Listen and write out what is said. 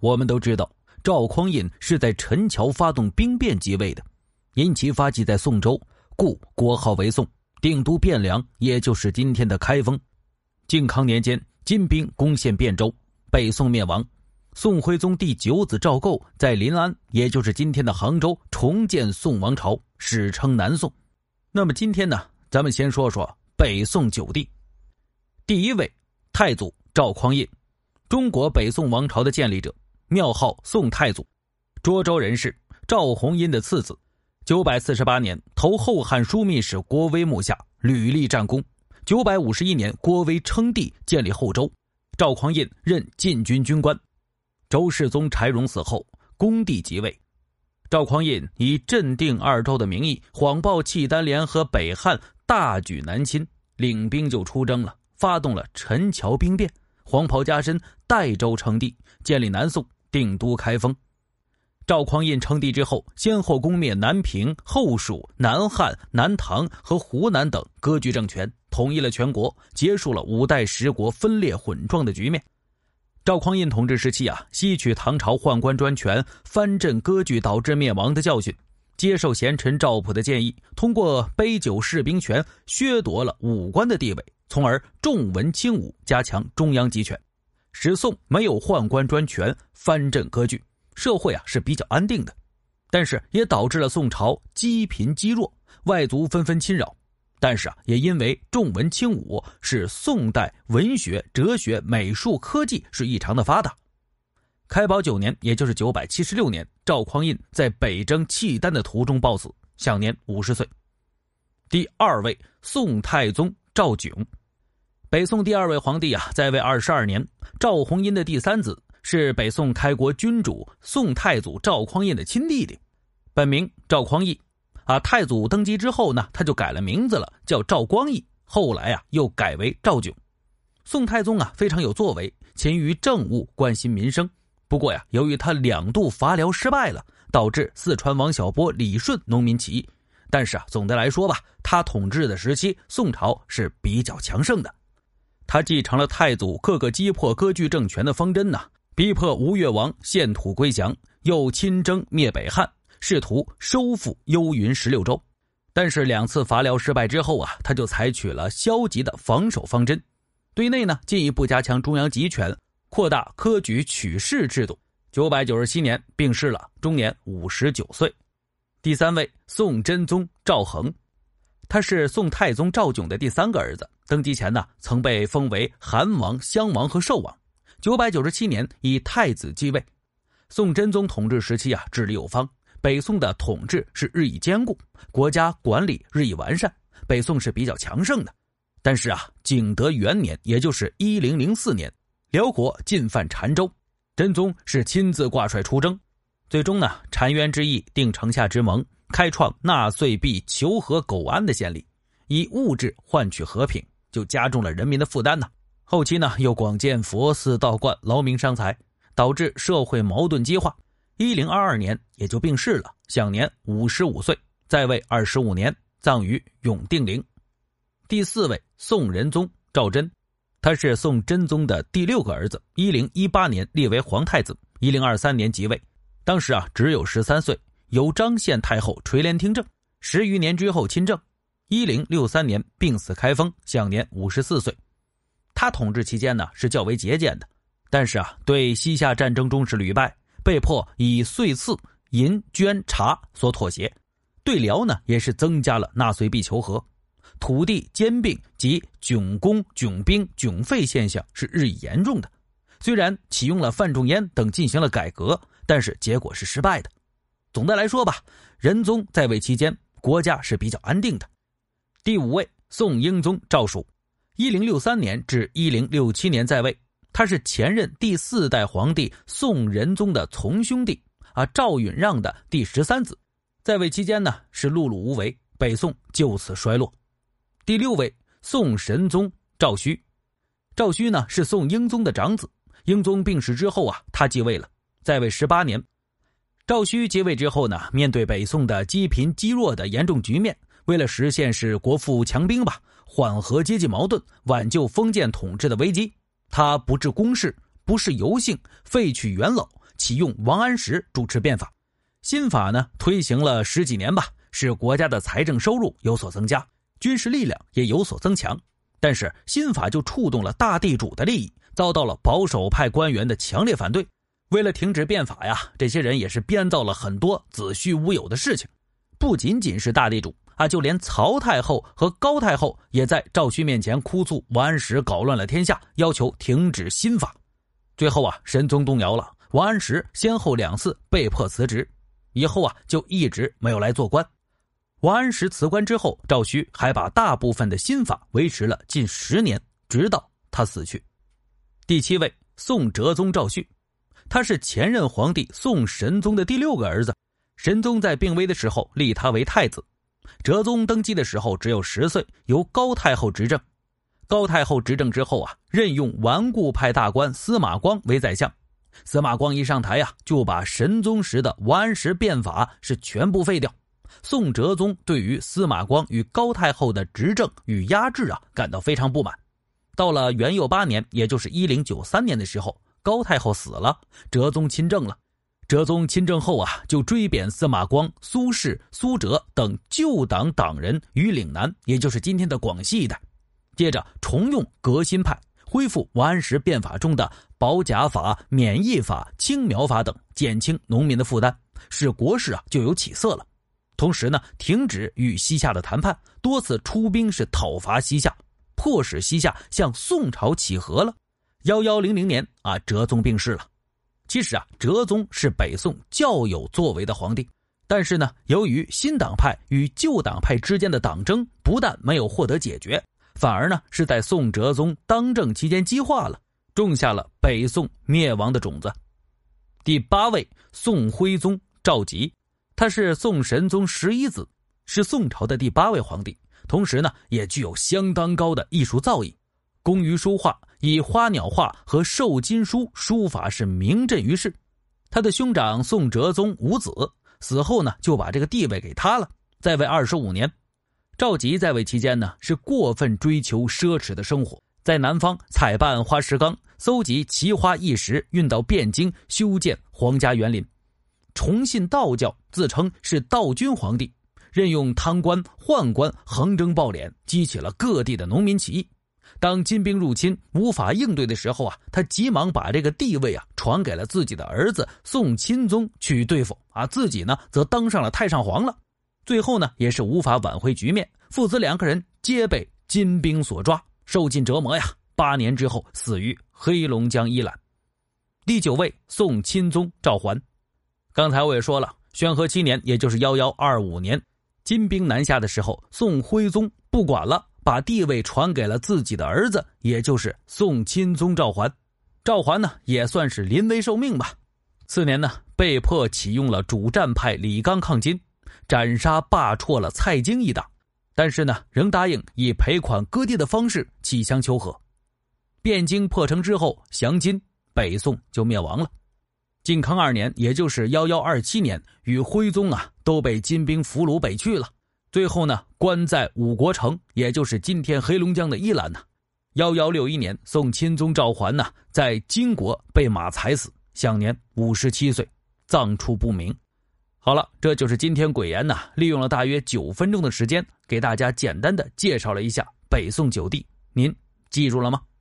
我们都知道赵匡胤是在陈桥发动兵变即位的，因其发迹在宋州，故国号为宋，定都汴梁，也就是今天的开封。靖康年间，金兵攻陷汴州，北宋灭亡。宋徽宗第9子赵构在临安，也就是今天的杭州，重建宋王朝，史称南宋。那么今天呢，咱们先说说北宋9帝。第一位，太祖赵匡胤，中国北宋王朝的建立者，庙号宋太祖，涿州人士，赵弘殷的次子。948年投后汉枢密使郭威幕下，屡立战功。951年郭威称帝，建立后周，赵匡胤任禁军军官。周世宗柴荣死后，恭帝即位。赵匡胤以镇定2州的名义，谎报契丹联合北汉，大举南侵，领兵就出征了，发动了陈桥兵变，黄袍加身，代州称帝，建立南宋，定都开封。赵匡胤称帝之后，先后攻灭南平、后蜀、南汉、南唐和湖南等割据政权，统一了全国，结束了5代10国分裂混壮的局面。赵匡胤统治时期吸取唐朝宦官专权、藩镇割据导致灭亡的教训，接受贤臣赵普的建议，通过杯酒释兵权削夺了武官的地位，从而重文轻武，加强中央集权，使宋没有宦官专权、藩镇割据，社会是比较安定的。但是也导致了宋朝积贫积弱，外族纷纷侵扰。但是也因为重文轻武，使宋代文学、哲学、美术、科技是异常的发达。开宝9年，也就是976年，赵匡胤在北征契丹的途中暴死，享年50岁。第二位，宋太宗赵炯。北宋第2位皇帝在位22年，赵弘殷的第3子，是北宋开国君主宋太祖赵匡胤的亲弟弟，本名赵匡义。太祖登基之后呢，他就改了名字了，叫赵光义，后来又改为赵炯。宋太宗非常有作为，勤于政务，关心民生。不过由于他2度伐辽失败了，导致四川王小波、李顺农民起义。但是总的来说吧，他统治的时期，宋朝是比较强盛的。他继承了太祖各个击破割据政权的方针逼迫吴越王献土归降，又亲征灭北汉，试图收复幽云16州。但是2次伐辽失败之后他就采取了消极的防守方针，对内呢进一步加强中央集权，扩大科举取士制度。997年病逝了，终年59岁。第3位，宋真宗赵恒。他是宋太宗赵炯的第3个儿子，登基前呢曾被封为韩王、襄王和寿王。997年以太子继位。宋真宗统治时期治理有方，北宋的统治是日益坚固，国家管理日益完善，北宋是比较强盛的。但是景德元年，也就是1004年，辽国进犯澶州，真宗是亲自挂帅出征。最终呢，澶渊之役定城下之盟，开创纳岁币求和苟安的先例，以物质换取和平，就加重了人民的负担后期呢，又广建佛寺道观，劳民伤财，导致社会矛盾激化。1022年也就病逝了，享年55岁，在位25年，葬于永定陵。第4位，宋仁宗赵祯。他是宋真宗的第6个儿子，1018年立为皇太子，1023年即位。当时只有13岁，由张献太后垂帘听政，10余年之后亲政。1063年病死开封，享年54岁。他统治期间呢是较为节俭的，但是对西夏战争中是屡败，被迫以岁赐、银、绢、茶所妥协。对辽呢也是增加了纳税币求和，土地兼并及囧工、囧兵、囧废现象是日益严重的。虽然启用了范仲淹等进行了改革，但是结果是失败的。总的来说吧，仁宗在位期间，国家是比较安定的。第5位，宋英宗赵曙。1063年至1067年在位，他是前任第4代皇帝宋仁宗的从兄弟赵允让的第13子。在位期间呢是碌碌无为，北宋就此衰落。第6位，宋神宗赵顼。赵顼呢是宋英宗的长子，英宗病逝之后他继位了，在位18年。赵顼接位之后呢，面对北宋的积贫积弱的严重局面，为了实现是国富强兵缓和阶级矛盾，挽救封建统治的危机，他不治公事，不事游幸，废去元老， 启用王安石主持变法。新法呢推行了10几年吧，使国家的财政收入有所增加，军事力量也有所增强。但是新法就触动了大地主的利益，遭到了保守派官员的强烈反对。为了停止变法呀，这些人也是编造了很多子虚乌有的事情。不仅仅是大地主就连曹太后和高太后也在赵顼面前哭诉王安石搞乱了天下，要求停止新法。最后神宗动摇了，王安石先后2次被迫辞职，以后就一直没有来做官。王安石辞官之后，赵顼还把大部分的新法维持了近10年，直到他死去。第7位，宋哲宗赵煦，他是前任皇帝宋神宗的第6个儿子。神宗在病危的时候立他为太子，哲宗登基的时候只有10岁，由高太后执政。高太后执政之后任用顽固派大官司马光为宰相。司马光一上台就把神宗时的王安石变法是全部废掉。宋哲宗对于司马光与高太后的执政与压制感到非常不满。到了元佑8年，也就是1093年的时候，高太后死了，哲宗亲政了。哲宗亲政后就追贬司马光、苏轼、苏辙等旧党党人于岭南，也就是今天的广西一带。接着重用革新派，恢复王安石变法中的保甲法、免役法、青苗法等，减轻农民的负担，使国势就有起色了。同时呢，停止与西夏的谈判，多次出兵是讨伐西夏，迫使西夏向宋朝乞和了。1100年哲宗病逝了。其实哲宗是北宋较有作为的皇帝，但是呢，由于新党派与旧党派之间的党争不但没有获得解决，反而呢是在宋哲宗当政期间激化了，种下了北宋灭亡的种子。第8位，宋徽宗赵佶，他是宋神宗11子，是宋朝的第8位皇帝，同时呢也具有相当高的艺术造诣，工于书画，以花鸟画和瘦金书书法是名震于世。他的兄长宋哲宗无子，死后呢就把这个地位给他了，在位25年。赵佶在位期间呢是过分追求奢侈的生活，在南方采办花石纲，搜集奇花异石，运到汴京修建皇家园林，崇信道教，自称是道君皇帝，任用贪官宦官横征暴敛，激起了各地的农民起义。当金兵入侵无法应对的时候他急忙把这个地位传给了自己的儿子宋钦宗去对付自己呢则当上了太上皇了。最后呢也是无法挽回局面，父子2个人皆被金兵所抓，受尽折磨8年之后死于黑龙江依兰。第9位，宋钦宗赵桓。刚才我也说了，宣和7年，也就是1125年，金兵南下的时候，宋徽宗不管了，把地位传给了自己的儿子，也就是宋钦宗赵桓。赵桓呢也算是临危受命吧。次年呢被迫启用了主战派李纲抗金，斩杀罢黜了蔡京一党，但是呢仍答应以赔款割地的方式弃相求和。汴京破城之后降金，北宋就灭亡了。靖康2年，也就是1127年，与徽宗都被金兵俘虏北去了。最后呢关在五国城，也就是今天黑龙江的依兰1161年，宋钦宗赵桓在金国被马踩死，享年57岁，葬处不明。好了，这就是今天鬼言利用了大约9分钟的时间，给大家简单的介绍了一下北宋9帝，您记住了吗？